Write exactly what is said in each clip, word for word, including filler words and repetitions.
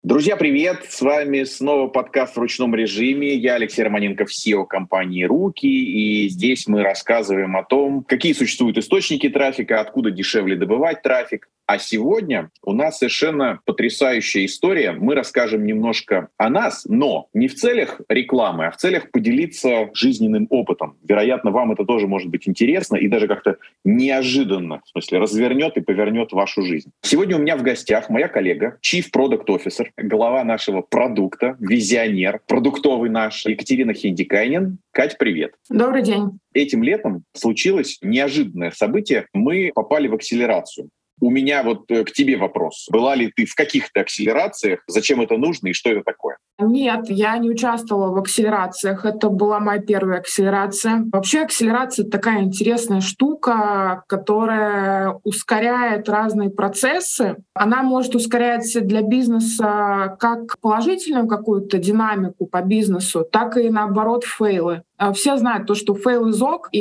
Друзья, привет! С вами снова подкаст в ручном режиме. Я Алексей Романенков, си и о компании «Руки». И здесь мы рассказываем о том, какие существуют источники трафика, откуда дешевле добывать трафик. А сегодня у нас совершенно потрясающая история. Мы расскажем немножко о нас, но не в целях рекламы, а в целях поделиться жизненным опытом. Вероятно, вам это тоже может быть интересно и даже как-то неожиданно, в смысле, развернет и повернет вашу жизнь. Сегодня у меня в гостях моя коллега, Chief Product Officer, глава нашего продукта, визионер, продуктовый наш, Екатерина Хиндикайнен. Кать, привет. Добрый день. Этим летом случилось неожиданное событие. Мы попали в акселерацию. У меня вот к тебе вопрос. Была ли ты в каких-то акселерациях? Зачем это нужно и что это такое? Нет, я не участвовала в акселерациях. Это была моя первая акселерация. Вообще акселерация — это такая интересная штука, которая ускоряет разные процессы. Она может ускорять для бизнеса как положительную какую-то динамику по бизнесу, так и наоборот фейлы. Все знают то, что фейл из ок,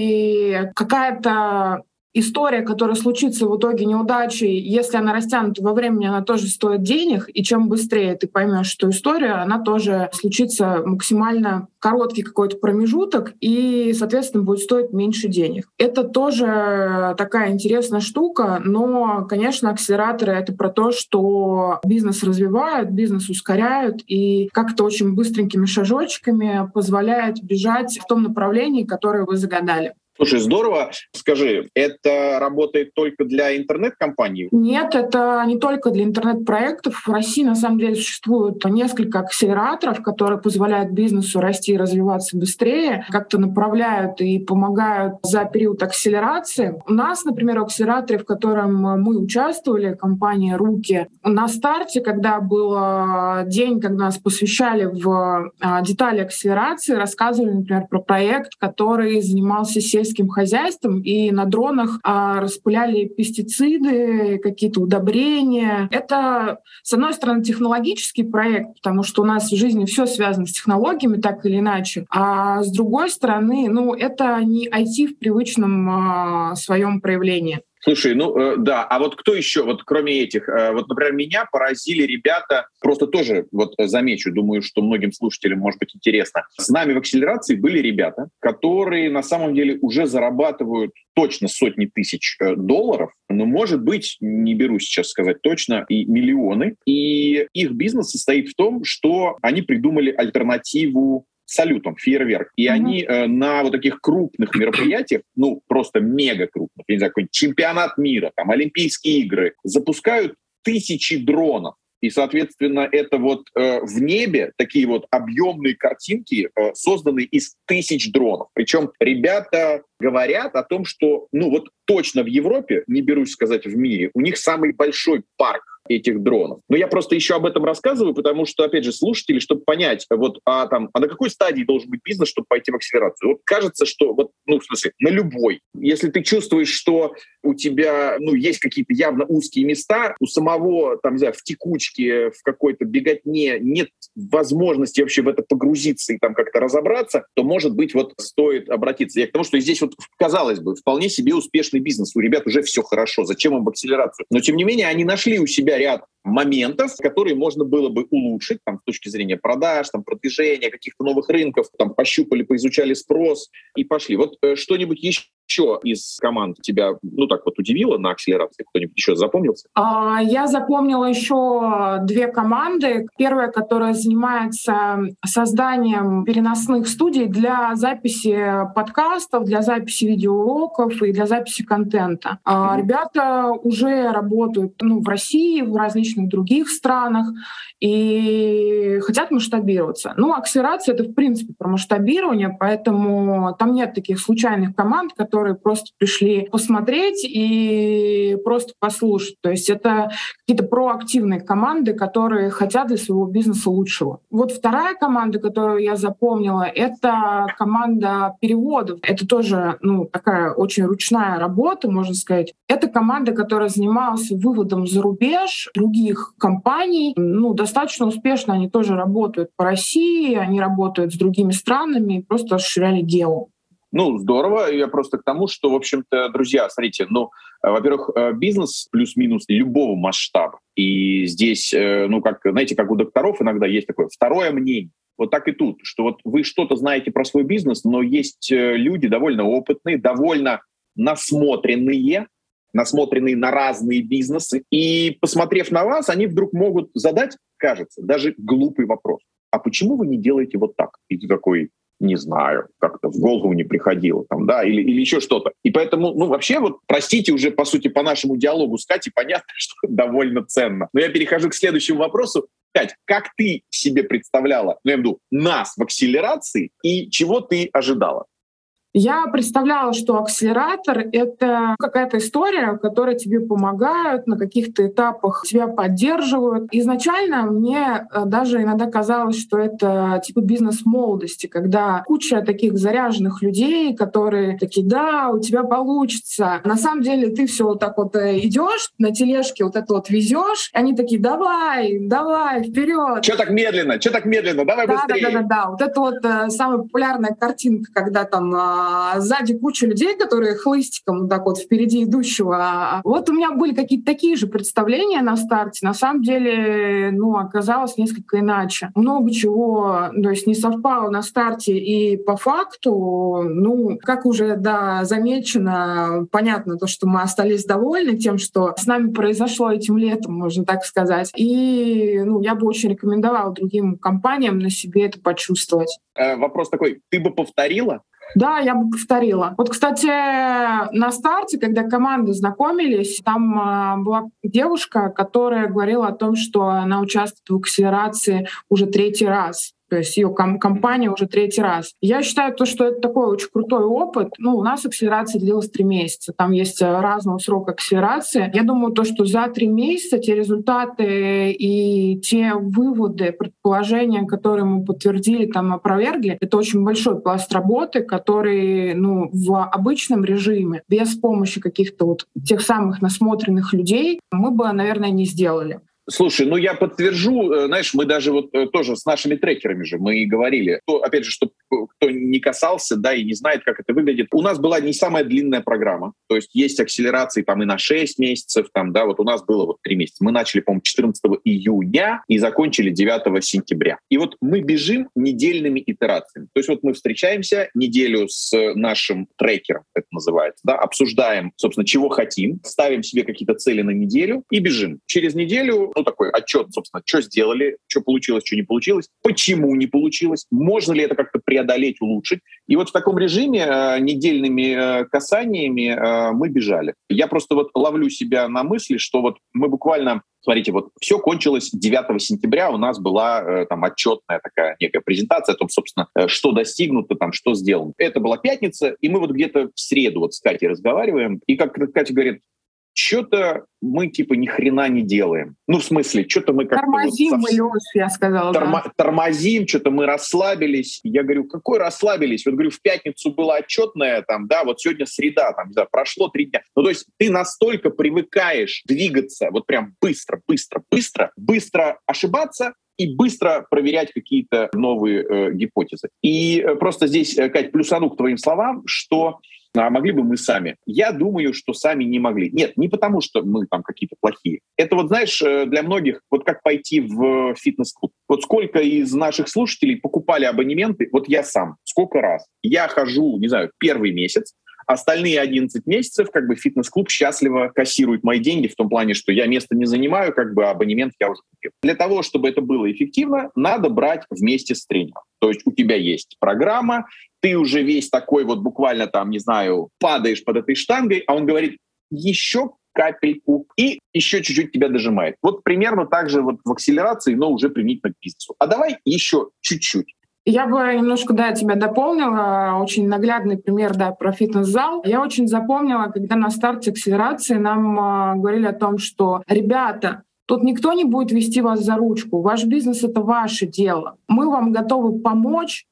и какая-то история, которая случится в итоге неудачей, если она растянута во времени, она тоже стоит денег, и чем быстрее ты поймешь, что история, она тоже случится максимально короткий какой-то промежуток и, соответственно, будет стоить меньше денег. Это тоже такая интересная штука, но, конечно, акселераторы — это про то, что бизнес развивают, бизнес ускоряют и как-то очень быстренькими шажочками позволяют бежать в том направлении, которое вы загадали. Слушай, здорово. Скажи, это работает только для интернет-компаний? Нет, это не только для интернет-проектов. В России, на самом деле, существует несколько акселераторов, которые позволяют бизнесу расти и развиваться быстрее, как-то направляют и помогают за период акселерации. У нас, например, в акселераторе, в котором мы участвовали, компания «Руки», на старте, когда был день, когда нас посвящали в детали акселерации, рассказывали, например, про проект, который занимался сельским сельским хозяйством, и на дронах а, распыляли пестициды, какие-то удобрения. Это, с одной стороны, технологический проект, потому что у нас в жизни все связано с технологиями, так или иначе. А с другой стороны, ну, это не ай ти в привычном а, своем проявлении. Слушай, ну э, да, а вот кто еще, вот кроме этих, э, вот, например, меня поразили ребята, просто тоже вот замечу, думаю, что многим слушателям может быть интересно. С нами в акселерации были ребята, которые на самом деле уже зарабатывают точно сотни тысяч э, долларов, но, может быть, не берусь сейчас сказать точно, и миллионы. И их бизнес состоит в том, что они придумали альтернативу салютом, фейерверк. И mm-hmm. они э, на вот таких крупных мероприятиях, ну, просто мега крупных, я не знаю, какой-нибудь чемпионат мира, там, Олимпийские игры, запускают тысячи дронов. И, соответственно, это вот э, в небе такие вот объемные картинки, э, созданные из тысяч дронов. Причем ребята говорят о том, что, ну, вот точно в Европе, не берусь сказать в мире, у них самый большой парк этих дронов. Но я просто еще об этом рассказываю, потому что, опять же, слушатели, чтобы понять, вот, а, там, а на какой стадии должен быть бизнес, чтобы пойти в акселерацию? Вот кажется, что, вот, ну, в смысле, на любой. Если ты чувствуешь, что у тебя, ну, есть какие-то явно узкие места, у самого, там, не знаю, в текучке, в какой-то беготне нет возможности вообще в это погрузиться и там как-то разобраться, то, может быть, вот стоит обратиться. Я к тому, что здесь вот, казалось бы, вполне себе успешный бизнес. У ребят уже все хорошо. Зачем им в акселерацию? Но, тем не менее, они нашли у себя ряд моментов, которые можно было бы улучшить там, с точки зрения продаж, там, продвижения, каких-то новых рынков, там, пощупали, поизучали спрос и пошли. Вот э, что-нибудь еще из команд тебя, ну так вот, удивило на акселерации? Кто-нибудь еще запомнился? А, я запомнила еще две команды. Первая, которая занимается созданием переносных студий для записи подкастов, для записи видеоуроков и для записи контента. А, mm-hmm. Ребята уже работают, ну, в России, в различных других странах и хотят масштабироваться. Ну, акселерация — это, в принципе, про масштабирование, поэтому там нет таких случайных команд, которые просто пришли посмотреть и просто послушать. То есть это какие-то проактивные команды, которые хотят для своего бизнеса лучшего. Вот вторая команда, которую я запомнила, это команда переводов. Это тоже, ну, такая очень ручная работа, можно сказать. Это команда, которая занималась выводом за рубеж других компаний. Ну, достаточно успешно они тоже работают по России, они работают с другими странами, просто расширяли гео. Ну, здорово. Я просто к тому, что, в общем-то, друзья, смотрите, ну, Во-первых, бизнес плюс-минус любого масштаба. И здесь, ну, как, знаете, как у докторов иногда есть такое второе мнение. Вот так и тут, что вот вы что-то знаете про свой бизнес, но есть люди довольно опытные, довольно насмотренные, насмотренные на разные бизнесы. И, посмотрев на вас, они вдруг могут задать, кажется, даже глупый вопрос. А почему вы не делаете вот так? И ты такой... не знаю, как-то в голову не приходило, там, да, или, или еще что-то. И поэтому, ну, вообще, вот, простите, уже, по сути, по нашему диалогу с Катей понятно, что довольно ценно. Но я перехожу к следующему вопросу. Кать, как ты себе представляла, ну, я имею в виду, нас в акселерации, и чего ты ожидала? Я представляла, что акселератор — это какая-то история, в которой тебе помогают, на каких-то этапах тебя поддерживают. Изначально мне даже иногда казалось, что это типа бизнес молодости, когда куча таких заряженных людей, которые такие: да, у тебя получится. На самом деле ты все вот так вот идешь на тележке, вот это вот везешь, они такие: давай, давай, вперед. Че так медленно? Че так медленно? Давай да, быстрее. Да, да, да, да. Вот это вот э, самая популярная картинка, когда там э, сзади куча людей, которые хлыстиком так вот впереди идущего. Вот у меня были какие-то такие же представления на старте. На самом деле, ну, оказалось несколько иначе. Много чего, то есть не совпало на старте и по факту. Ну, как уже, да, замечено, понятно то, что мы остались довольны тем, что с нами произошло этим летом, можно так сказать. И, ну, я бы очень рекомендовала другим компаниям на себе это почувствовать. Э, вопрос такой: ты бы повторила? Да, я бы повторила. Вот, кстати, на старте, когда команды знакомились, там э, была девушка, которая говорила о том, что она участвует в акселерации уже третий раз. То есть ее ком- компания уже третий раз. Я считаю, то, что это такой очень крутой опыт. Ну, у нас акселерация длилась три месяца. Там есть разного срока акселерации. Я думаю, то, что за три месяца те результаты и те выводы, предположения, которые мы подтвердили, там, опровергли, это очень большой пласт работы, который, ну, в обычном режиме, без помощи каких-то вот тех самых насмотренных людей, мы бы, наверное, не сделали. Слушай, ну я подтвержу, знаешь, мы даже вот тоже с нашими трекерами же мы и говорили, то, опять же, что кто не касался, да, и не знает, как это выглядит. У нас была не самая длинная программа, то есть есть акселерации там и на шесть месяцев, там, да, вот у нас было вот три месяца. Мы начали, по-моему, четырнадцатого июня и закончили девятого сентября. И вот мы бежим недельными итерациями. То есть вот мы встречаемся неделю с нашим трекером, это называется, да, обсуждаем, собственно, чего хотим, ставим себе какие-то цели на неделю и бежим. Через неделю ну, такой отчет, собственно, что сделали, что получилось, что не получилось, почему не получилось, можно ли это как-то преодолеть, улучшить. И вот в таком режиме э, недельными э, касаниями э, мы бежали. Я просто вот ловлю себя на мысли, что вот мы буквально, смотрите, вот все кончилось девятого сентября, у нас была э, там отчетная такая некая презентация о том, собственно, э, что достигнуто, там, что сделано. Это была пятница, и мы вот где-то в среду вот с Катей разговариваем, и как Катя говорит, что-то мы типа ни хрена не делаем. Ну, в смысле, что-то мы как-то... Тормозим вот мы, совсем... Лёш, я сказала, Тормо... да. Тормозим, что-то мы расслабились. Я говорю, какой расслабились? Вот говорю, в пятницу была отчетная, там, да, вот сегодня среда, там, не знаю, прошло три дня. Ну, то есть ты настолько привыкаешь двигаться вот прям быстро, быстро, быстро, быстро ошибаться, и быстро проверять какие-то новые э, гипотезы. И э, просто здесь, э, Кать, плюсану к твоим словам, что а могли бы мы сами? Я думаю, что сами не могли. Нет, не потому, что мы там какие-то плохие. Это вот, знаешь, для многих, вот как пойти в фитнес-клуб. Вот сколько из наших слушателей покупали абонементы, вот я сам, сколько раз. Я хожу, не знаю, первый месяц, остальные одиннадцать месяцев как бы фитнес-клуб счастливо кассирует мои деньги в том плане, что я место не занимаю, как бы абонемент я уже купил. Для того, чтобы это было эффективно, надо брать вместе с тренером. То есть у тебя есть программа, ты уже весь такой вот буквально там, не знаю, падаешь под этой штангой, а он говорит, еще капельку, и еще чуть-чуть тебя дожимает. Вот примерно так же вот в акселерации, но уже применительно к бизнесу. А давай еще чуть-чуть. Я бы немножко, да, тебя дополнила. Очень наглядный пример, да, про фитнес-зал. Я очень запомнила, когда на старте акселерации нам э, говорили о том, что, ребята, тут никто не будет вести вас за ручку. Ваш бизнес — это ваше дело. Мы вам готовы помочь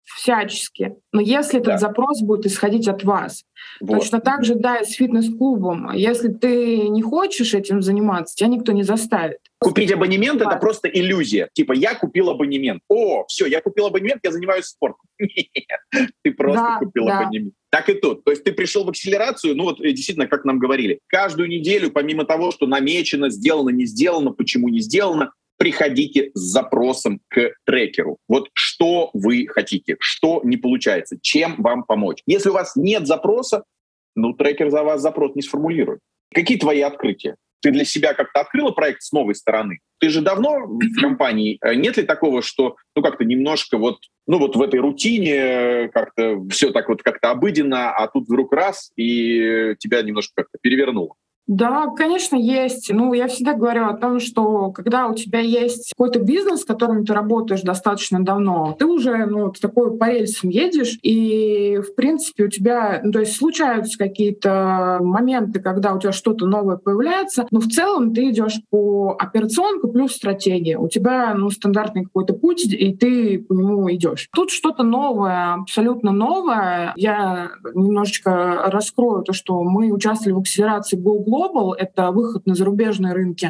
всячески. Но если этот Да. запрос будет исходить от вас. Вот. Точно так же, да, и с фитнес-клубом. Если ты не хочешь этим заниматься, тебя никто не заставит. Купить абонемент — это просто иллюзия. Типа, я купил абонемент. О, все, я купил абонемент, я занимаюсь спортом. Нет, ты просто Да, купил да. абонемент. Так и тут. То есть ты пришел в акселерацию, ну вот э, действительно, как нам говорили, каждую неделю, помимо того, что намечено, сделано, не сделано, почему не сделано, приходите с запросом к трекеру. Вот что вы хотите, что не получается, чем вам помочь. Если у вас нет запроса, ну, трекер за вас запрос не сформулирует. Какие твои открытия? Ты для себя как-то открыла проект с новой стороны? Ты же давно в компании. Нет ли такого, что ну как-то немножко вот, ну вот в этой рутине как-то все так вот как-то обыденно, а тут вдруг раз, и тебя немножко как-то перевернуло? Да, конечно, есть. Ну, я всегда говорю о том, что когда у тебя есть какой-то бизнес, с которым ты работаешь достаточно давно, ты уже ну, вот такой по рельсам едешь, и, в принципе, у тебя, ну, то есть случаются какие-то моменты, когда у тебя что-то новое появляется, но в целом ты идешь по операционке плюс стратегия. У тебя, ну, стандартный какой-то путь, и ты по нему идешь. Тут что-то новое, абсолютно новое. Я немножечко раскрою то, что мы участвовали в акселерации Go Global, это выход на зарубежные рынки.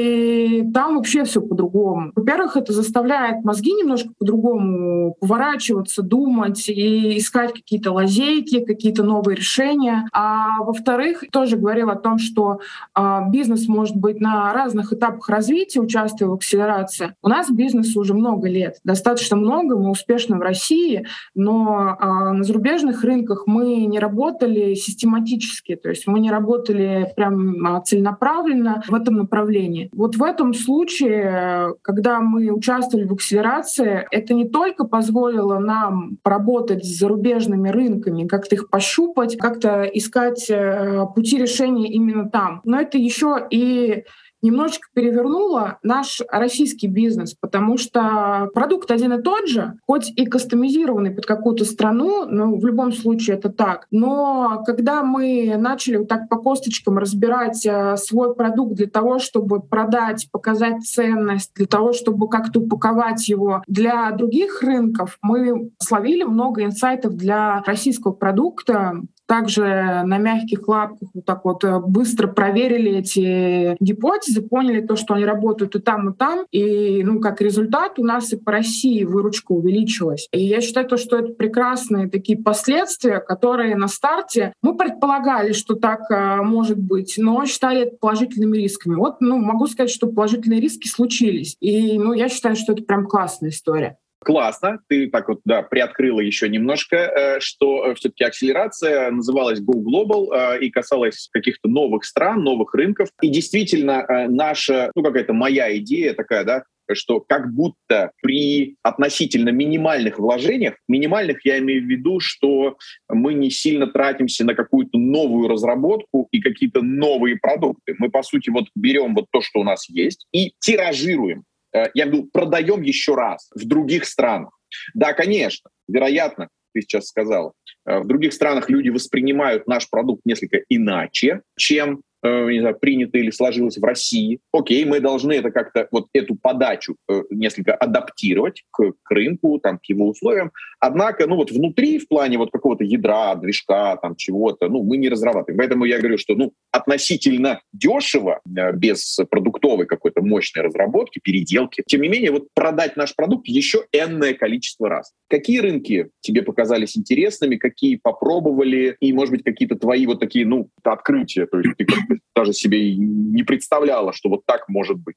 И там вообще все по-другому. Во-первых, это заставляет мозги немножко по-другому поворачиваться, думать и искать какие-то лазейки, какие-то новые решения. А во-вторых, тоже говорил о том, что э, бизнес может быть на разных этапах развития, участвуя в акселерации. У нас бизнесу уже много лет, достаточно много, мы успешны в России, но э, на зарубежных рынках мы не работали систематически, то есть мы не работали прям целенаправленно в этом направлении. Вот в этом случае, когда мы участвовали в акселерации, это не только позволило нам поработать с зарубежными рынками, как-то их пощупать, как-то искать пути решения именно там, но это еще и немножечко перевернула наш российский бизнес, потому что продукт один и тот же, хоть и кастомизированный под какую-то страну, но в любом случае это так. Но когда мы начали вот так по косточкам разбирать свой продукт для того, чтобы продать, показать ценность, для того, чтобы как-то упаковать его для других рынков, мы словили много инсайтов для российского продукта. Также на мягких лапках вот так вот быстро проверили эти гипотезы, поняли то, что они работают и там, и там. И ну, как результат у нас и по России выручка увеличилась. И я считаю, то, что это прекрасные такие последствия, которые на старте мы предполагали, что так а, может быть, но считали это положительными рисками. Вот ну, могу сказать, что положительные риски случились. И ну, я считаю, что это прям классная история. Классно, ты так вот, да, приоткрыла еще немножко, что все-таки акселерация называлась Go Global и касалась каких-то новых стран, новых рынков. И действительно, наша, ну какая-то моя идея такая, да, что как будто при относительно минимальных вложениях, минимальных я имею в виду, что мы не сильно тратимся на какую-то новую разработку и какие-то новые продукты. Мы, по сути, вот берем вот то, что у нас есть, и тиражируем. Я говорю, продаем еще раз в других странах. Да, конечно, вероятно, ты сейчас сказала, в других странах люди воспринимают наш продукт несколько иначе, чем не знаю, принято или сложилось в России. Окей, мы должны это как-то, вот эту подачу несколько адаптировать к, к рынку, там, к его условиям. Однако, ну вот внутри, в плане вот какого-то ядра, движка, там, чего-то, ну, мы не разрабатываем. Поэтому я говорю, что, ну, относительно дешево, без продуктовой какой-то мощной разработки, переделки. Тем не менее, вот продать наш продукт еще энное количество раз. Какие рынки тебе показались интересными, какие попробовали, и, может быть, какие-то твои вот такие, ну, открытия, то есть ты даже себе не представляла, что вот так может быть?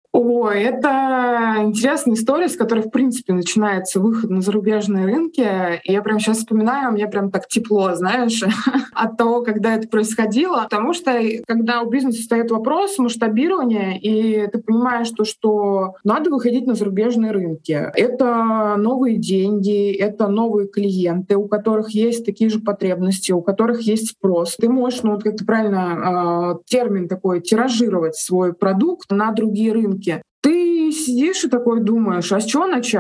Ой, это интересная история, с которой, в принципе, начинается выход на зарубежные рынки. И я прям сейчас вспоминаю, мне прям так тепло, знаешь, от того, когда это происходило. Потому что, когда у бизнеса стоит вопрос масштабирования, и ты понимаешь, то, что надо выходить на зарубежные рынки. Это новые деньги, это новые клиенты, у которых есть такие же потребности, у которых есть спрос. Ты можешь, ну вот как ты правильно, термин такой, тиражировать свой продукт на другие рынки. Ты сидишь и такой думаешь, а с чего начать?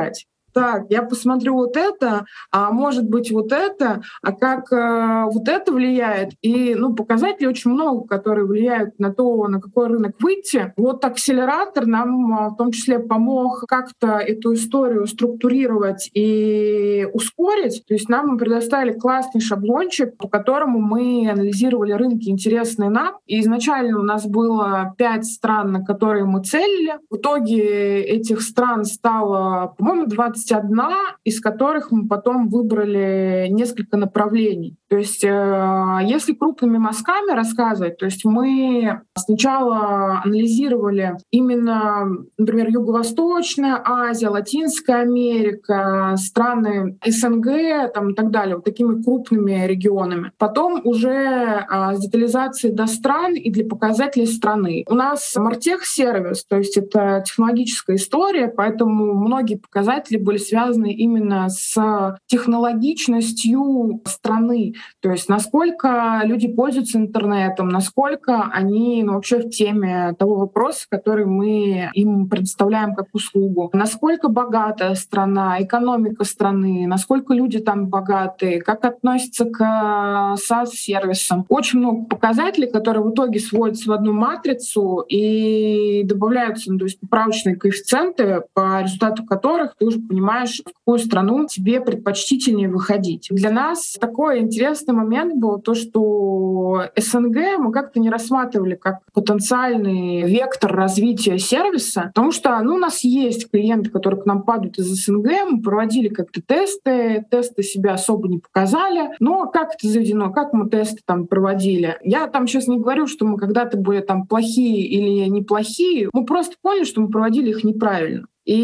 так, я посмотрю вот это, а может быть вот это, а как э, вот это влияет. И ну, показателей очень много, которые влияют на то, на какой рынок выйти. Вот акселератор нам а, в том числе помог как-то эту историю структурировать и ускорить. То есть нам предоставили классный шаблончик, по которому мы анализировали рынки, интересные нам. И изначально у нас было пять стран, на которые мы целили. В итоге этих стран стало, по-моему, двадцать одна, из которых мы потом выбрали несколько направлений. То есть э, если крупными мазками рассказывать, то есть мы сначала анализировали именно, например, Юго-Восточная Азия, Латинская Америка, страны СНГ там, и так далее, вот такими крупными регионами. Потом уже э, с детализацией до стран и для показателей страны. У нас Мартех-сервис, то есть это технологическая история, поэтому многие показатели были связаны именно с технологичностью страны. То есть насколько люди пользуются интернетом, насколько они ну, вообще в теме того вопроса, который мы им предоставляем как услугу. Насколько богатая страна, экономика страны, насколько люди там богатые, как относятся к SaaS-сервисам. Очень много показателей, которые в итоге сводятся в одну матрицу и добавляются, ну, то есть поправочные коэффициенты, по результату которых ты уже понимаешь, в какую страну тебе предпочтительнее выходить. Для нас такой интересный момент был то, что СНГ мы как-то не рассматривали как потенциальный вектор развития сервиса, потому что ну, у нас есть клиенты, которые к нам падают из СНГ, мы проводили как-то тесты, тесты себя особо не показали, но как это заведено, как мы тесты там проводили. Я там сейчас не говорю, что мы когда-то были там плохие или неплохие, мы просто поняли, что мы проводили их неправильно.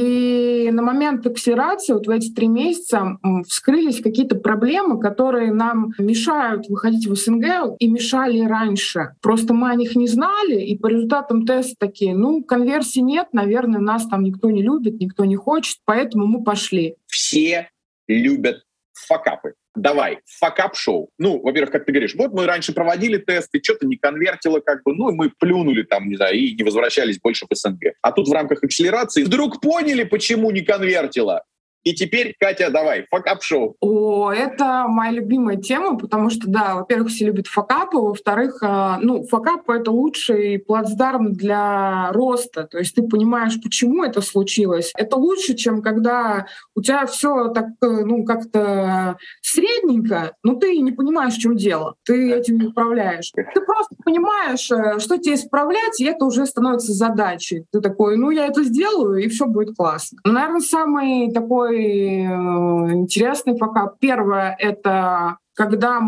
И на момент акселерации, вот в эти три месяца, вскрылись какие-то проблемы, которые нам мешают выходить в СНГ и мешали раньше. Просто мы о них не знали, и по результатам теста такие, ну, конверсии нет, наверное, нас там никто не любит, никто не хочет, поэтому мы пошли. Все любят факапы. Давай, факап-шоу. Ну, во-первых, как ты говоришь, вот мы раньше проводили тесты, что-то не конвертило, как бы, ну, и мы плюнули там, не знаю, и не возвращались больше в СНГ. А тут в рамках акселерации вдруг поняли, почему не конвертило. И теперь, Катя, давай, факап-шоу. О, это моя любимая тема, потому что, да, во-первых, все любят факапы, во-вторых, ну, факапы — это лучший плацдарм для роста, то есть ты понимаешь, почему это случилось. Это лучше, чем когда у тебя все так, ну, как-то средненько, но ты не понимаешь, в чем дело, ты этим не управляешь. Ты просто понимаешь, что тебе исправлять, и это уже становится задачей. Ты такой, ну, я это сделаю, и все будет классно. Но, наверное, самый такой интересный факап. Первое — это когда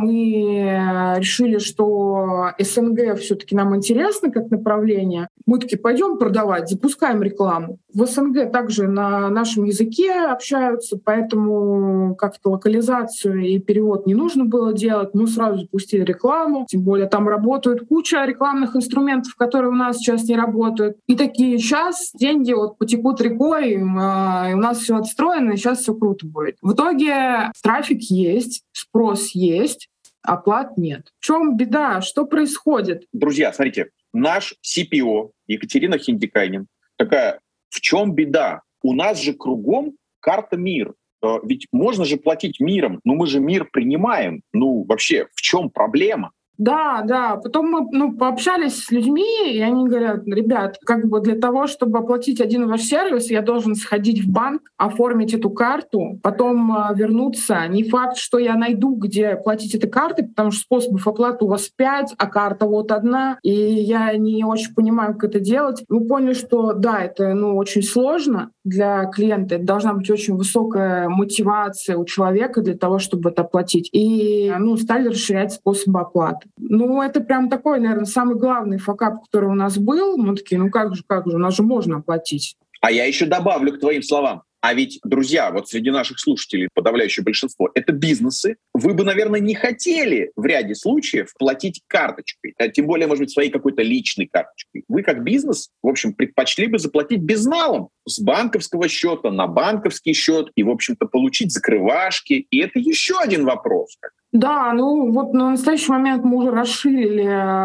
мы решили, что СНГ все-таки нам интересно как направление, мы таки пойдем продавать, запускаем рекламу. В СНГ также на нашем языке общаются, поэтому как-то локализацию и перевод не нужно было делать. Мы сразу запустили рекламу, тем более там работают куча рекламных инструментов, которые у нас сейчас не работают. И такие, сейчас деньги вот потекут рекой, и у нас все отстроено, и сейчас все круто будет. В итоге трафик есть, спрос есть, оплат нет. В чем беда? Что происходит? Друзья, смотрите, наш си пи о Екатерина Хиндикайнин такая, в чем беда? У нас же кругом карта мир. Ведь можно же платить миром, но мы же мир принимаем. Ну вообще, в чем проблема? Да, да. Потом мы ну, пообщались с людьми, и они говорят, ребят, как бы для того, чтобы оплатить один ваш сервис, я должен сходить в банк, оформить эту карту, потом э, вернуться. Не факт, что я найду, где платить этой картой, потому что способов оплаты у вас пять, а карта вот одна, и я не очень понимаю, как это делать. Мы поняли, что да, это ну, очень сложно для клиента, это должна быть очень высокая мотивация у человека для того, чтобы это оплатить. И ну, стали расширять способы оплаты. Ну, это прям такой, наверное, самый главный факап, который у нас был. Мы такие, ну как же, как же, у нас же можно оплатить. А я еще добавлю к твоим словам. А ведь, друзья, вот среди наших слушателей, подавляющее большинство, это бизнесы. Вы бы, наверное, не хотели в ряде случаев платить карточкой, а тем более, может быть, своей какой-то личной карточкой. Вы как бизнес, в общем, предпочли бы заплатить безналом с банковского счета на банковский счет и, в общем-то, получить закрывашки. И это еще один вопрос. Да, ну вот на настоящий момент мы уже расширили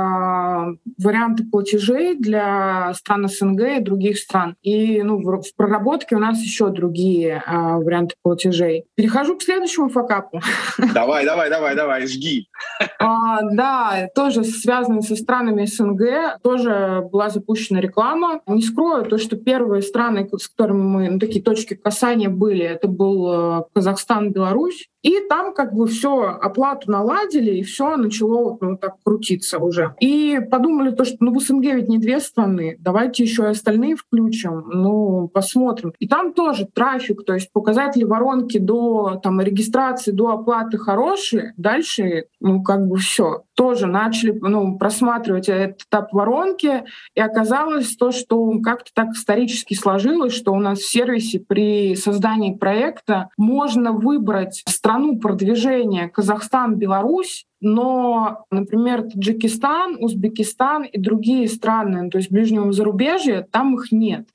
э, варианты платежей для стран СНГ и других стран. И ну, в, в проработке у нас еще другие э, варианты платежей. Перехожу к следующему факапу. Давай, давай, давай, давай, жги. А, да, тоже связано со странами СНГ, тоже была запущена реклама. Не скрою, то, что первые страны, с которыми мы, ну, такие точки касания были, это был э, Казахстан, Беларусь. И там как бы все оплату наладили, и все начало ну, так крутиться уже. И подумали то, что ну в СНГ ведь не две страны, давайте еще и остальные включим, ну посмотрим. И там тоже трафик, то есть показатели воронки до там регистрации, до оплаты хорошие, дальше ну как бы все. Тоже начали ну, просматривать этот этап воронки, и оказалось то, что как-то так исторически сложилось, что у нас в сервисе при создании проекта можно выбрать страну продвижения Казахстан, Беларусь, но, например, Таджикистан, Узбекистан и другие страны, то есть ближнего зарубежья, там их нет.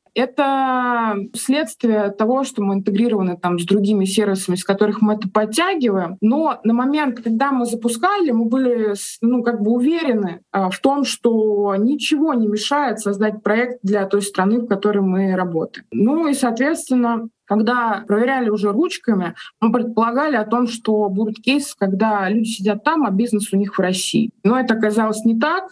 Это следствие того, что мы интегрированы там с другими сервисами, с которых мы это подтягиваем. Но на момент, когда мы запускали, мы были ну, как бы уверены а, в том, что ничего не мешает создать проект для той страны, в которой мы работаем. Ну и, соответственно, когда проверяли уже ручками, мы предполагали о том, что будут кейсы, когда люди сидят там, а бизнес у них в России. Но это оказалось не так,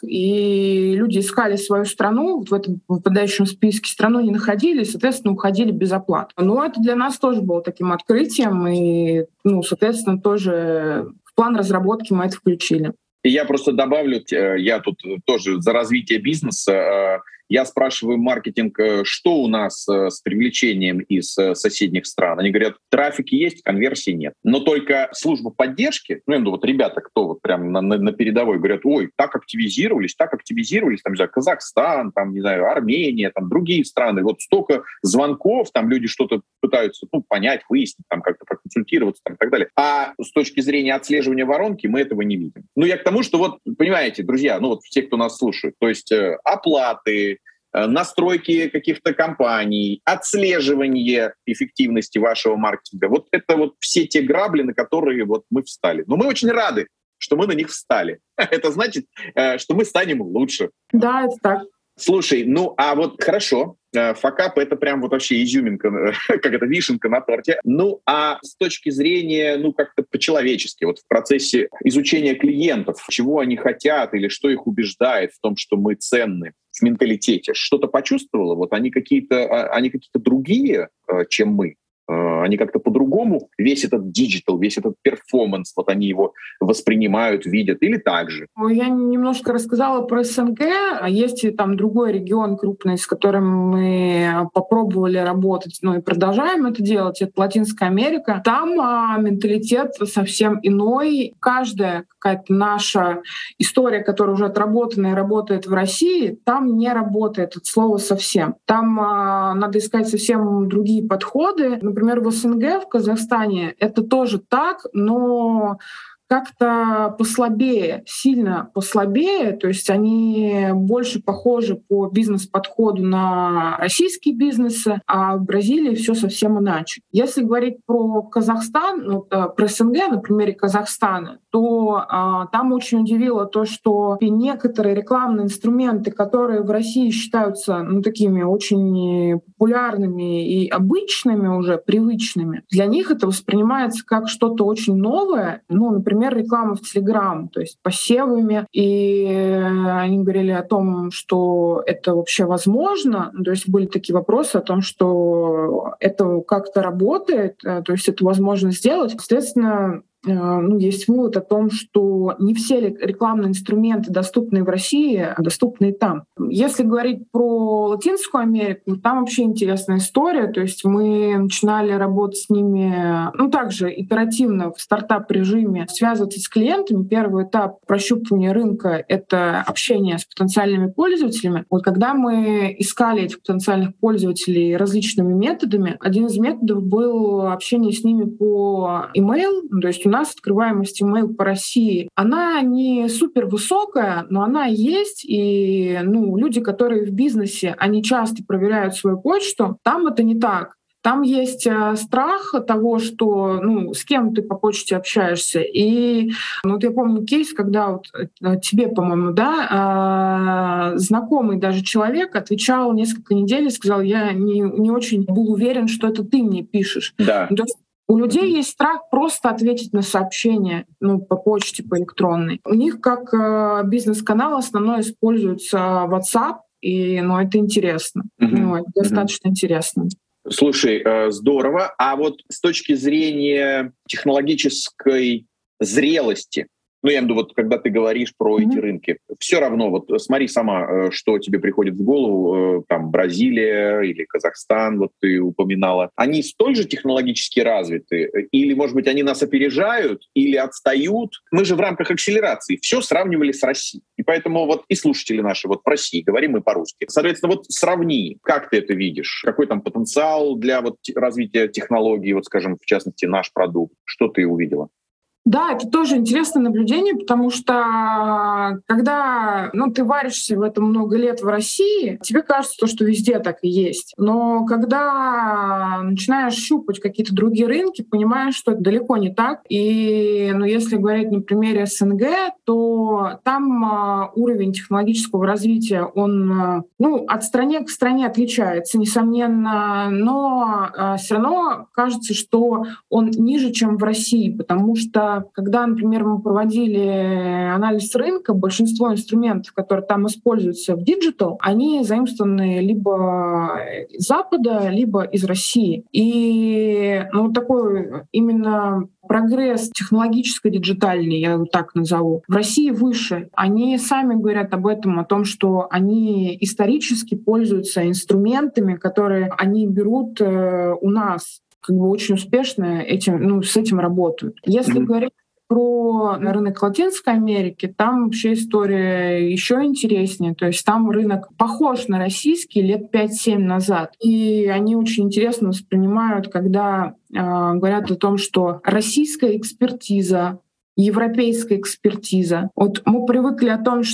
и люди искали свою страну, вот в этом выпадающем списке страну не находили, и, соответственно, уходили без оплаты. Но это для нас тоже было таким открытием, и, ну, соответственно, тоже в план разработки мы это включили. И я просто добавлю, я тут тоже за развитие бизнеса. Я спрашиваю маркетинг, что у нас с привлечением из соседних стран. Они говорят, трафик есть, конверсии нет. Но только служба поддержки, ну, я думаю, вот ребята, кто вот прям на, на, на передовой, говорят, ой, так активизировались, так активизировались, там, не знаю, Казахстан, там, не знаю, Армения, там, другие страны. Вот столько звонков, там люди что-то пытаются ну, понять, выяснить, там, как-то проконсультироваться там, и так далее. А с точки зрения отслеживания воронки мы этого не видим. Ну, я к тому, что вот, понимаете, друзья, ну, вот все, кто нас слушает, то есть э, оплаты, настройки каких-то компаний, отслеживание эффективности вашего маркетинга. Вот это вот все те грабли, на которые вот мы встали. Но мы очень рады, что мы на них встали. Это значит, что мы станем лучше. Да, это так. Слушай, ну а вот хорошо, факап — это прям вот вообще изюминка, как это, вишенка на торте. Ну а с точки зрения, ну как-то по-человечески, вот в процессе изучения клиентов, чего они хотят или что их убеждает в том, что мы ценны в менталитете, что-то почувствовала? Вот они какие-то, они какие-то другие, чем мы? Они как-то по-другому весь этот диджитал, весь этот перформанс, вот они его воспринимают, видят или так же? Я немножко рассказала про СНГ. Есть и там другой регион крупный, с которым мы попробовали работать, ну и продолжаем это делать. Это Латинская Америка. Там а, менталитет совсем иной. Каждая какая-то наша история, которая уже отработана и работает в России, там не работает от слова совсем. Там а, надо искать совсем другие подходы. Например, в СНГ, в Казахстане это тоже так, но как-то послабее, сильно послабее, то есть они больше похожи по бизнес-подходу на российские бизнесы, а в Бразилии все совсем иначе. Если говорить про Казахстан, ну, про СНГ на примере Казахстана, то а, там очень удивило то, что некоторые рекламные инструменты, которые в России считаются ну, такими очень популярными и обычными уже, привычными, для них это воспринимается как что-то очень новое, ну, например, Например, реклама в Телеграм, то есть посевами, и они говорили о том, что это вообще возможно, то есть были такие вопросы о том, что это как-то работает, то есть это возможно сделать. Соответственно, ну, есть вывод о том, что не все рекламные инструменты, доступные в России, доступны и там. Если говорить про Латинскую Америку, там вообще интересная история. То есть мы начинали работать с ними, ну, также итеративно в стартап-режиме, связываться с клиентами. Первый этап прощупывания рынка — это общение с потенциальными пользователями. Вот когда мы искали этих потенциальных пользователей различными методами, один из методов был общение с ними по email, то есть у нас открываемость email по России, она не супер высокая, но она есть, и ну, люди, которые в бизнесе, они часто проверяют свою почту, там это не так. Там есть э, страх того, что, ну, с кем ты по почте общаешься. И ну, вот я помню кейс, когда вот э, тебе, по-моему, да, э, знакомый даже человек отвечал несколько недель и сказал, я не, не очень был уверен, что это ты мне пишешь. Да. Ну, то есть у людей есть страх просто ответить на сообщение, ну, по почте, по электронной. У них как э, бизнес-канал основной используется WhatsApp, и, ну, это интересно. Мгм. Ну, это Мгм. достаточно интересно. Слушай, э, здорово. А вот с точки зрения технологической зрелости, ну, я имею в виду, вот когда ты говоришь про эти Мгм. рынки, все равно, вот э, смотри сама, э, что тебе приходит в голову, э, там, Бразилия или Казахстан, вот ты упоминала, они столь же технологически развиты? Э, Или, может быть, они нас опережают или отстают? Мы же в рамках акселерации все сравнивали с Россией. И поэтому вот и слушатели наши вот в России, говорим мы по-русски. Соответственно, вот сравни, как ты это видишь? Какой там потенциал для вот те- развития технологий, вот, скажем, в частности, наш продукт? Что ты увидела? Да, это тоже интересное наблюдение, потому что когда ну, ты варишься в этом много лет в России, тебе кажется, то, что везде так и есть. Но когда начинаешь щупать какие-то другие рынки, понимаешь, что это далеко не так. И ну, если говорить на примере СНГ, то там а, уровень технологического развития, он а, ну, от страны к стране отличается, несомненно, но а, все равно кажется, что он ниже, чем в России, потому что когда, например, мы проводили анализ рынка, большинство инструментов, которые там используются в диджитал, они заимствованы либо из Запада, либо из России. И ну, такой именно прогресс технологическо-диджитальный, я его так назову, в России выше. Они сами говорят об этом, о том, что они исторически пользуются инструментами, которые они берут э, у нас, как бы очень успешно этим, ну, с этим работают. Если Мгм. говорить про рынок Латинской Америки, там вообще история еще интереснее. То есть там рынок похож на российский лет пять-семь назад. И они очень интересно воспринимают, когда э, говорят о том, что российская экспертиза, европейская экспертиза. Вот мы привыкли о том,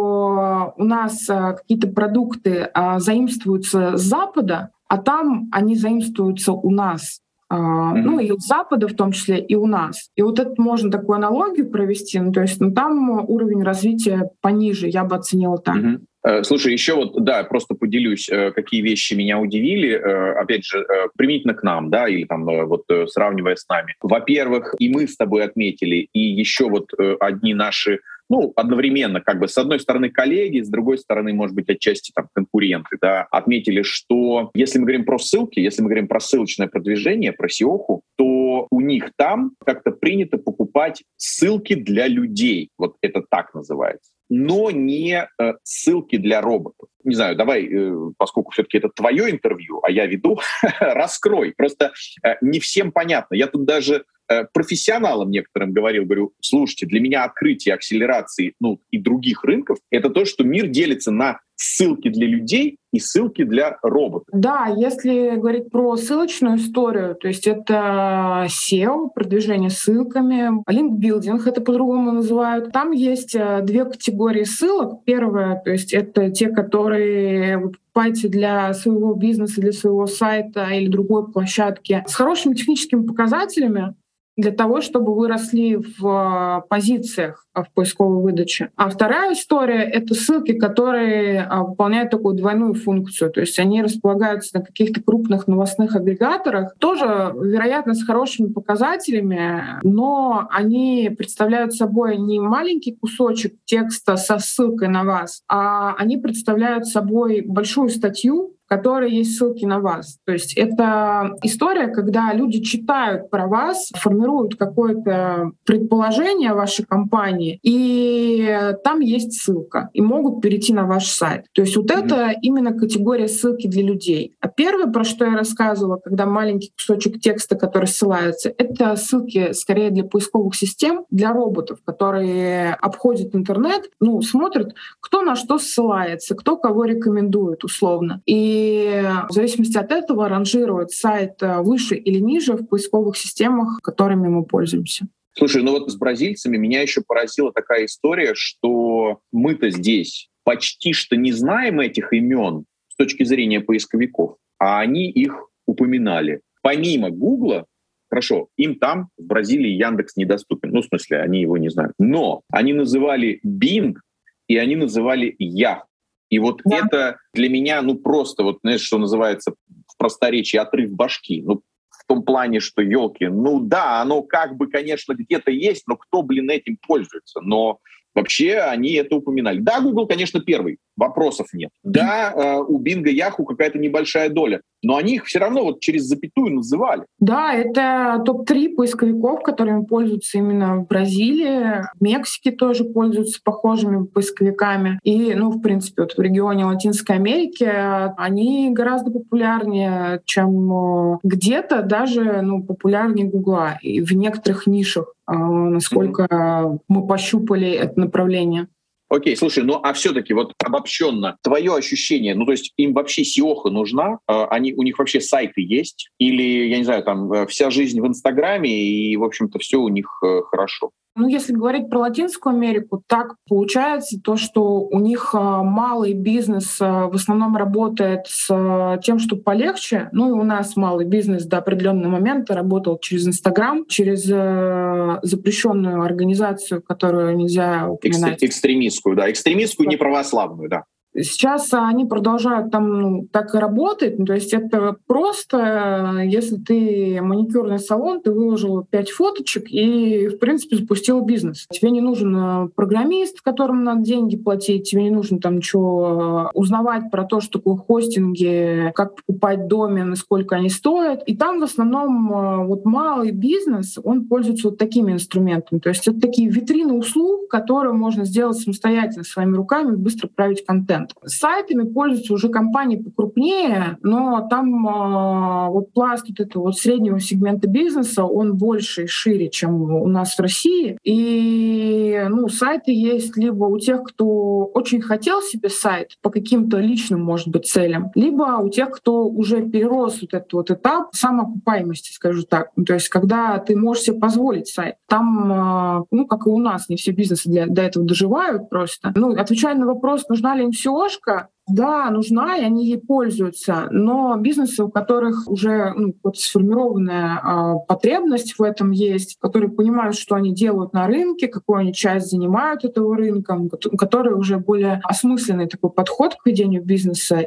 что у нас а, какие-то продукты а, заимствуются с Запада, а там они заимствуются у нас. А, ну Мгм. и у Запада в том числе, и у нас. И вот это можно такую аналогию провести. Ну, то есть ну, там уровень развития пониже, я бы оценила так. Мгм. Э, Слушай, еще вот, да, просто поделюсь, э, какие вещи меня удивили, э, опять же, э, применительно к нам, да, или там э, вот э, сравнивая с нами. Во-первых, и мы с тобой отметили, и еще вот э, одни наши, ну, одновременно, как бы, с одной стороны коллеги, с другой стороны, может быть, отчасти там конкуренты, да, отметили, что если мы говорим про ссылки, если мы говорим про ссылочное продвижение, про сеоху, то у них там как-то принято покупать ссылки для людей, вот это так называется, но не э, ссылки для роботов. Не знаю, давай, э, поскольку все-таки это твое интервью, а я веду, раскрой. Просто э, не всем понятно. Я тут даже э, профессионалам некоторым говорил, говорю, слушайте, для меня открытие акселерации, ну, и других рынков — это то, что мир делится на ссылки для людей и ссылки для роботов. Да, если говорить про ссылочную историю, то есть это сео, продвижение ссылками, линкбилдинг это по-другому называют. Там есть э, две категории ссылок. Первая, то есть это те, которые вы покупаете для своего бизнеса, для своего сайта или другой площадки с хорошими техническими показателями, для того, чтобы вы росли в э, позициях э, в поисковой выдаче. А вторая история — это ссылки, которые а, выполняют такую двойную функцию. То есть они располагаются на каких-то крупных новостных агрегаторах, тоже, вероятно, с хорошими показателями, но они представляют собой не маленький кусочек текста со ссылкой на вас, а они представляют собой большую статью, в которой есть ссылки на вас. То есть это история, когда люди читают про вас, формируют какое-то предположение о вашей компании, и там есть ссылка, и могут перейти на ваш сайт. То есть вот Мгм. это именно категория ссылки для людей. А первое, про что я рассказывала, когда маленький кусочек текста, который ссылается, это ссылки скорее для поисковых систем, для роботов, которые обходят интернет, ну, смотрят, кто на что ссылается, кто кого рекомендует условно. И в зависимости от этого ранжирует сайт э, выше или ниже в поисковых системах, которыми мы пользуемся. Слушай, ну вот с бразильцами меня еще поразила такая история, что мы-то здесь почти что не знаем этих имен с точки зрения поисковиков, а они их упоминали. Помимо Гугла, хорошо, им там в Бразилии Яндекс недоступен. Ну, в смысле, они его не знают. Но они называли Bing и они называли Yahoo. И вот да. это для меня, ну, просто, вот, знаешь, что называется в просторечии отрыв башки. Ну, в том плане, что, елки, ну да, оно как бы, конечно, где-то есть, но кто, блин, этим пользуется? Но вообще они это упоминали. Да, Google, конечно, первый, вопросов нет. Да, э, у Bing и Yahoo какая-то небольшая доля, но они их все равно вот через запятую называли. Да, это топ три поисковиков, которыми пользуются именно в Бразилии. В Мексике тоже пользуются похожими поисковиками. И, ну, в принципе, вот в регионе Латинской Америки они гораздо популярнее, чем где-то, даже, ну, популярнее Гугла. И в некоторых нишах, насколько mm-hmm. мы пощупали это направление. Окей, слушай, ну а все-таки вот обобщенно твое ощущение, ну то есть им вообще сеоха нужна, они, у них вообще сайты есть, или, я не знаю, там вся жизнь в Инстаграме и, в общем-то, все у них хорошо? Ну, если говорить про Латинскую Америку, так получается то, что у них малый бизнес в основном работает с тем, что полегче. Ну, и у нас малый бизнес до определенного момента работал через Инстаграм, через запрещенную организацию, которую нельзя упоминать. Экстремистскую, да, экстремистскую, да. Неправославную, да. Сейчас они продолжают там, ну, так и работать. То есть это просто, если ты маникюрный салон, ты выложил пять фоточек и, в принципе, запустил бизнес. Тебе не нужен программист, которому надо деньги платить, тебе не нужно там ничего узнавать про то, что такое хостинги, как покупать домен и сколько они стоят. И там в основном вот малый бизнес, он пользуется вот такими инструментами. То есть это такие витрины услуг, которые можно сделать самостоятельно своими руками, быстро править контент. Сайтами пользуются уже компании покрупнее, но там э, вот пласт вот этого вот среднего сегмента бизнеса, он больше и шире, чем у нас в России. И ну, сайты есть либо у тех, кто очень хотел себе сайт по каким-то личным, может быть, целям, либо у тех, кто уже перерос вот этот вот этап самоокупаемости, скажу так. То есть когда ты можешь себе позволить сайт. Там, э, ну, как и у нас, не все бизнесы для, до этого доживают просто. Ну, отвечая на вопрос, нужна ли им сеошка, да, нужна, и они ей пользуются. Но бизнесы, у которых уже ну, вот сформированная э, потребность в этом есть, которые понимают, что они делают на рынке, какую они часть занимают этого рынка, у которых уже более осмысленный такой подход к ведению бизнеса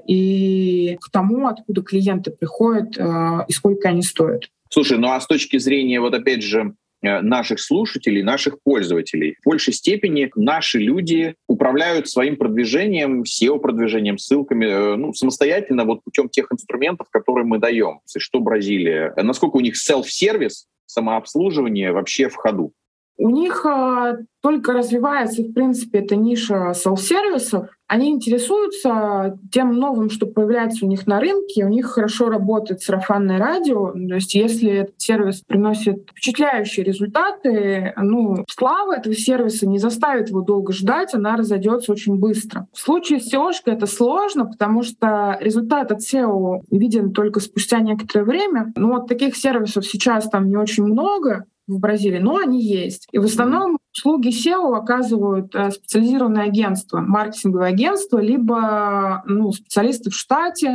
и к тому, откуда клиенты приходят э, и сколько они стоят. Слушай, ну а с точки зрения, вот опять же, наших слушателей, наших пользователей. В большей степени наши люди управляют своим продвижением, сео-продвижением, ссылками, ну, самостоятельно вот путем тех инструментов, которые мы даем. Что Бразилия? Насколько у них селф-сервис, самообслуживание вообще в ходу? У них а, только развивается, в принципе, эта ниша селф-сервисов. Они интересуются тем новым, что появляется у них на рынке. У них хорошо работает сарафанное радио. То есть если этот сервис приносит впечатляющие результаты, ну, слава этого сервиса не заставит его долго ждать, она разойдется очень быстро. В случае с сеошкой это сложно, потому что результат от сео виден только спустя некоторое время. Но вот таких сервисов сейчас там не очень много в Бразилии, но они есть. И в основном услуги сео оказывают специализированные агентства, маркетинговые агентства, либо ну, специалисты в штате,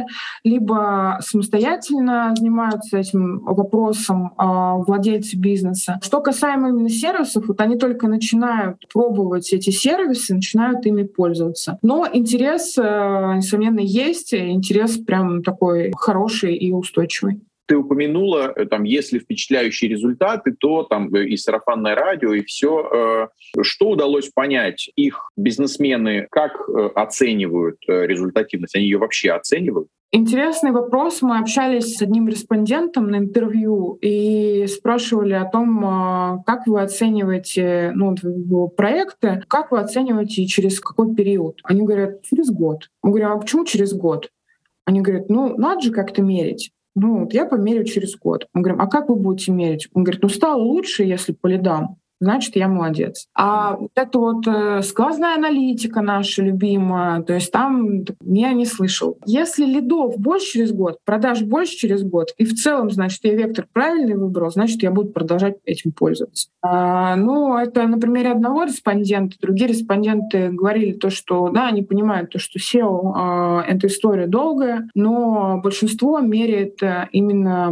либо самостоятельно занимаются этим вопросом э, владельцы бизнеса. Что касаемо именно сервисов, вот они только начинают пробовать эти сервисы, начинают ими пользоваться. Но интерес, э, несомненно, есть, интерес прям такой хороший и устойчивый. Ты упомянула, там, если впечатляющие результаты, то там и сарафанное радио, и все. Что удалось понять? Их бизнесмены как оценивают результативность? Они ее вообще оценивают? Интересный вопрос. Мы общались с одним респондентом на интервью и спрашивали о том, как вы оцениваете ну, его проекты, как вы оцениваете и через какой период. Они говорят, через год. Мы говорим, а почему через год? Они говорят, ну, надо же как-то мерить. Ну, вот я померю через год. Мы говорим, а как вы будете мерить? Он говорит, ну, стало лучше, если по лидам. значит, я молодец. А вот это вот э, сквозная аналитика наша любимая, то есть там я не слышал. Если лидов больше через год, продаж больше через год, и в целом, значит, я вектор правильный выбрал, значит, я буду продолжать этим пользоваться. А, ну, это на примере одного респондента. Другие респонденты говорили то, что, да, они понимают то, что сео а, — это история долгая, но большинство меряет именно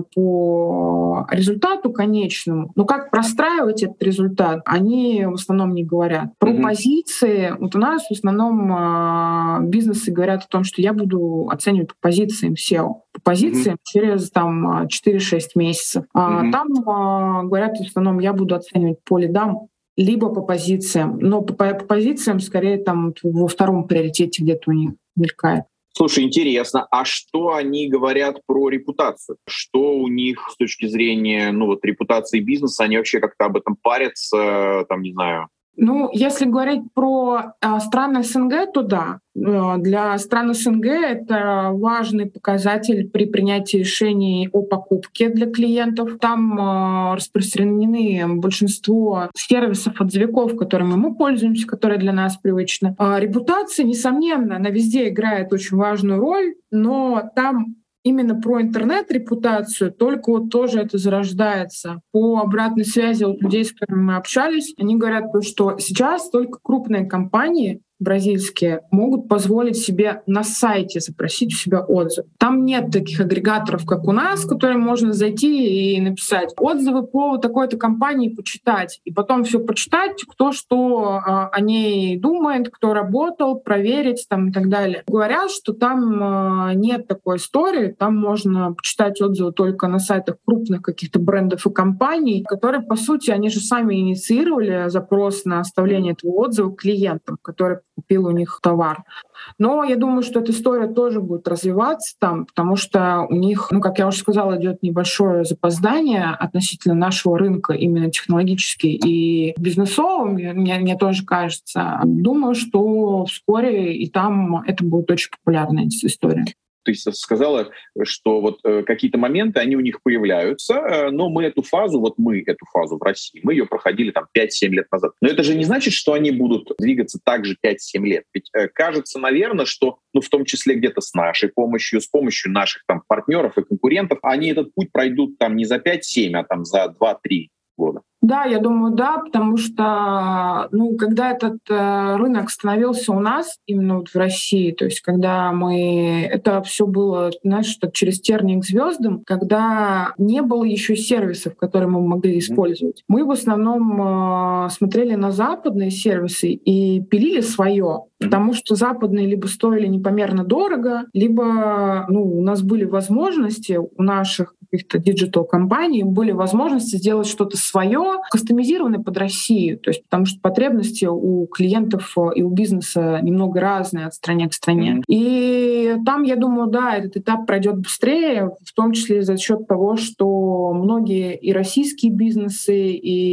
по результату конечному. Но как простраивать этот результат, они в основном не говорят. Про mm-hmm. позиции. Вот у нас в основном э, бизнесы говорят о том, что я буду оценивать по позициям сео. По позициям mm-hmm. через там, четыре-шесть месяцев. А mm-hmm. там э, говорят в основном, я буду оценивать по лидам, либо по позициям. Но по, по позициям скорее там во втором приоритете где-то у них мелькает. Слушай, интересно, а что они говорят про репутацию? Что у них с точки зрения, ну вот, репутации бизнеса? Они вообще как-то об этом парятся, там, не знаю? Ну, если говорить про э, страны СНГ, то да. Э, для стран СНГ это важный показатель при принятии решений о покупке для клиентов. Там э, распространены большинство сервисов, отзывиков, которыми мы пользуемся, которые для нас привычны. Э, репутация, несомненно, она везде играет очень важную роль, но там именно про интернет-репутацию, только вот тоже это зарождается. По обратной связи от людей, с которыми мы общались, они говорят, что сейчас только крупные компании бразильские могут позволить себе на сайте запросить у себя отзыв. Там нет таких агрегаторов, как у нас, в которые можно зайти и написать отзывы по такой-то компании, почитать. И потом все почитать, кто что а, о ней думает, кто работал, проверить там, и так далее. Говорят, что там а, нет такой истории, там можно почитать отзывы только на сайтах крупных каких-то брендов и компаний, которые, по сути, они же сами инициировали запрос на оставление этого отзыва клиентам, которые купил у них товар. Но я думаю, что эта история тоже будет развиваться там, потому что у них, ну, как я уже сказала, идет небольшое запоздание относительно нашего рынка, именно технологически и бизнесовым, мне, мне тоже кажется. Думаю, что вскоре и там это будет очень популярная история. Ты сказала, что вот э, какие-то моменты, они у них появляются, э, но мы эту фазу, вот мы эту фазу в России, мы ее проходили там пять-семь лет назад. Но это же не значит, что они будут двигаться также пять-семь лет. Ведь э, кажется, наверное, что, ну, в том числе где-то с нашей помощью, с помощью наших там партнеров и конкурентов, они этот путь пройдут там не за пять-семь, а там за два-три года. Да, я думаю, да, потому что, ну, когда этот э, рынок становился у нас, именно вот в России, то есть когда мы... Это все было, знаешь, что через тернии к звездам, когда не было еще сервисов, которые мы могли использовать. Мы в основном э, смотрели на западные сервисы и пилили свое, потому что западные либо стоили непомерно дорого, либо, ну, у нас были возможности, у наших каких-то диджитал-компаний были возможности сделать что-то свое, кастомизированное под Россию, то есть потому что потребности у клиентов и у бизнеса немного разные от страны к стране. Mm-hmm. И там, я думаю, да, этот этап пройдет быстрее, в том числе за счет того, что многие и российские бизнесы,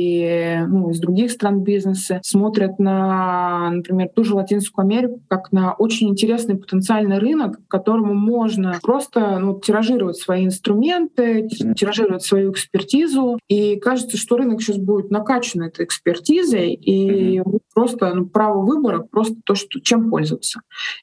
и, ну, из других стран бизнесы смотрят на, например, ту же Латинскую Америку как на очень интересный потенциальный рынок, к которому можно просто, ну, тиражировать свои инструменты, mm-hmm. тиражировать свою экспертизу. И кажется, что рынок сейчас будет накачан этой экспертизой, и mm-hmm. просто, ну, право выбора, просто то, что, чем пользоваться.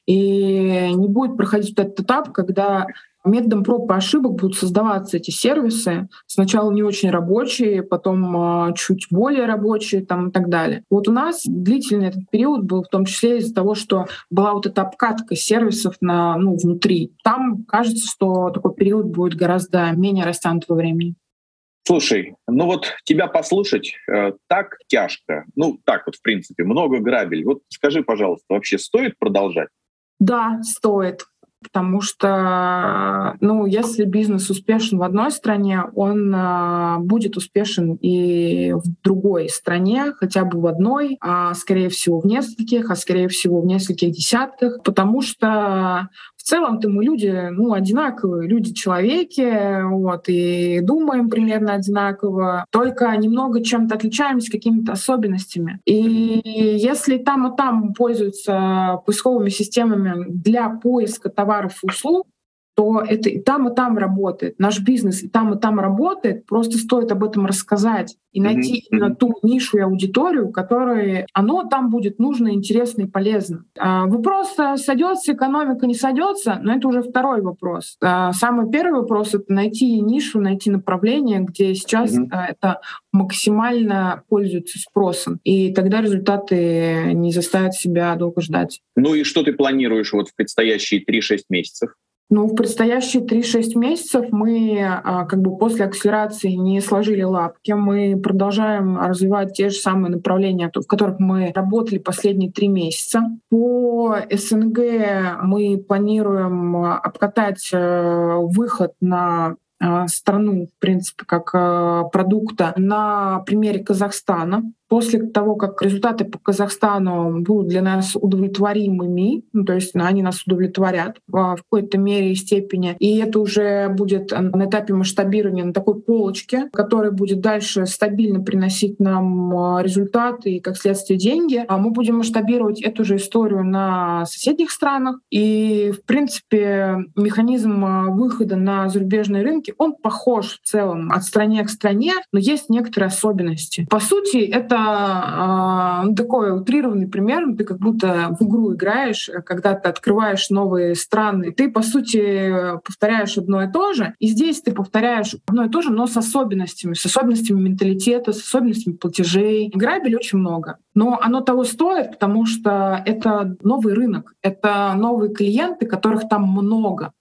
И не будет проходить этот этап, когда методом проб и ошибок будут создаваться эти сервисы. Сначала не очень рабочие, потом чуть более рабочие там, и так далее. Вот у нас длительный этот период был в том числе из-за того, что была вот эта обкатка сервисов на, ну, внутри. Там кажется, что такой период будет гораздо менее растянутого времени. Слушай, ну вот тебя послушать э, так тяжко, ну так вот в принципе, много грабель. Вот скажи, пожалуйста, вообще стоит продолжать? Да, стоит. Потому что, ну, если бизнес успешен в одной стране, он э, будет успешен и в другой стране, хотя бы в одной, а скорее всего в нескольких, а скорее всего в нескольких десятках, потому что в целом-то мы люди, ну, одинаковые, люди-человеки, вот, и думаем примерно одинаково, только немного чем-то отличаемся, какими-то особенностями. И если там и там пользуются поисковыми системами для поиска товаров и услуг, что это и там, и там работает. Наш бизнес и там, и там работает. Просто стоит об этом рассказать и найти mm-hmm. именно ту нишу и аудиторию, которой оно там будет нужно, интересно и полезно. Вопрос, сойдется экономика, не сойдется, но это уже второй вопрос. Самый первый вопрос — это найти нишу, найти направление, где сейчас mm-hmm. это максимально пользуется спросом. И тогда результаты не заставят себя долго ждать. Ну и что ты планируешь вот в предстоящие три-шесть месяцев? Ну, в предстоящие три-шесть месяцев мы как бы после акселерации не сложили лапки. Мы продолжаем развивать те же самые направления, в которых мы работали последние три месяца. По СНГ мы планируем обкатать выход на страну, в принципе, как продукта на примере Казахстана. После того, как результаты по Казахстану будут для нас удовлетворимыми, ну, то есть они нас удовлетворят в какой-то мере и степени, и это уже будет на этапе масштабирования на такой полочке, который будет дальше стабильно приносить нам результаты и, как следствие, деньги, а мы будем масштабировать эту же историю на соседних странах. И, в принципе, механизм выхода на зарубежные рынки, он похож в целом от страны к стране, но есть некоторые особенности. По сути, это Ну, такой утрированный пример. Ты как будто в игру играешь, когда ты открываешь новые страны. Ты, по сути, повторяешь одно и то же. И здесь ты повторяешь одно и то же, но с особенностями. С особенностями менталитета, с особенностями платежей. Грабель очень много. Но оно того стоит, потому что это новый рынок. Это новые клиенты, которых там много.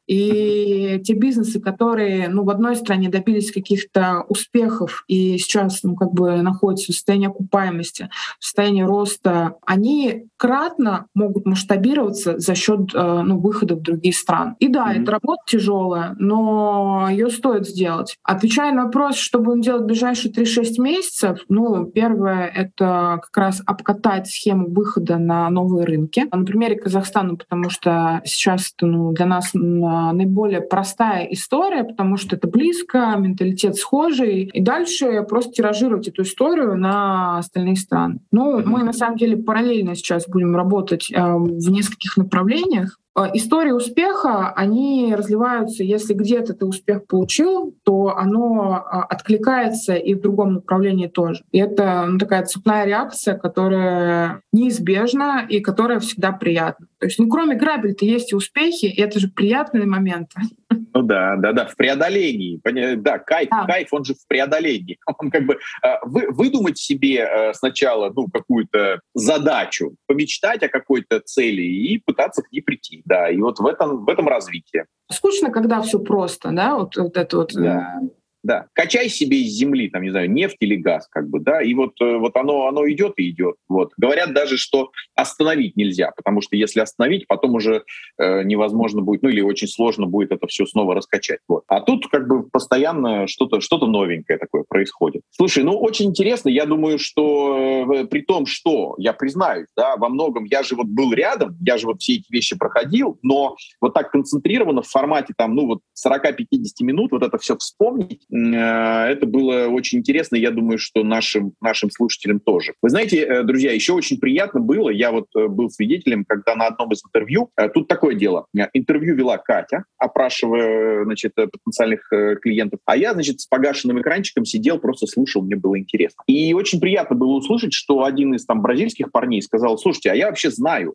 И те бизнесы, которые ну, в одной стране добились каких-то успехов и сейчас ну, как бы находятся в состоянии окупаемости, в состоянии роста, они кратно могут масштабироваться за счет ну, выхода в другие страны. И да, mm-hmm. это работа тяжелая, но ее стоит сделать. Отвечая на вопрос, что будем делать в ближайшие три-шесть месяцев, ну, первое — это как раз обкатать схему выхода на новые рынки. На примере Казахстана, потому что сейчас это ну, для нас наиболее простая история, потому что это близко, менталитет схожий. И дальше просто тиражировать эту историю на остальные страны. Ну, mm-hmm. мы на самом деле параллельно сейчас будем работать э, в нескольких направлениях. Истории успеха, они разливаются, если где-то ты успех получил, то оно откликается и в другом направлении тоже. И это ну, такая цепная реакция, которая неизбежна и которая всегда приятна. То есть, ну, кроме грабель-то есть и успехи, и это же приятные моменты. Ну да, да, да, в преодолении. Да, кайф, да. кайф, он же в преодолении. Он как бы вы, выдумать себе сначала ну, какую-то задачу, помечтать о какой-то цели и пытаться к ней прийти. Да, и вот в этом, в этом развитии. Скучно, когда все просто, да, вот, вот это вот. Да. Да, качай себе из земли, там, не знаю, нефть или газ, как бы, да, и вот, вот оно, оно идет и идет. Вот. Говорят даже, что остановить нельзя, потому что если остановить, потом уже э, невозможно будет, ну или очень сложно будет это все снова раскачать. Вот. А тут как бы постоянно что-то, что-то новенькое такое происходит. Слушай, ну очень интересно, я думаю, что э, при том, что, я признаюсь, да, во многом я же вот был рядом, я же вот все эти вещи проходил, но вот так концентрированно в формате там, ну вот сорок-пятьдесят минут вот это все вспомнить, это было очень интересно, я думаю, что нашим, нашим слушателям тоже. Вы знаете, друзья, еще очень приятно было, я вот был свидетелем, когда на одном из интервью, тут такое дело, интервью вела Катя, опрашивая, значит, потенциальных клиентов, а я, значит, с погашенным экранчиком сидел, просто слушал, мне было интересно. И очень приятно было услышать, что один из там бразильских парней сказал: слушайте, а я вообще знаю,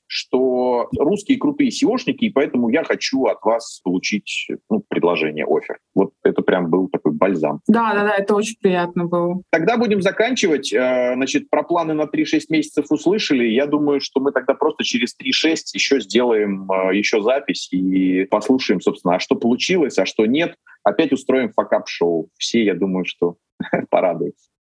что русские крутые сеошники, и поэтому я хочу от вас получить ну, предложение, оффер. Вот это прям был такой бальзам. Да, да, да, это очень приятно было. Тогда будем заканчивать. Значит, про планы на три-шесть месяцев услышали. Я думаю, что мы тогда просто через три-шесть еще сделаем еще запись и послушаем, собственно, а что получилось, а что нет. Опять устроим факап-шоу. Все, я думаю, что порадуются.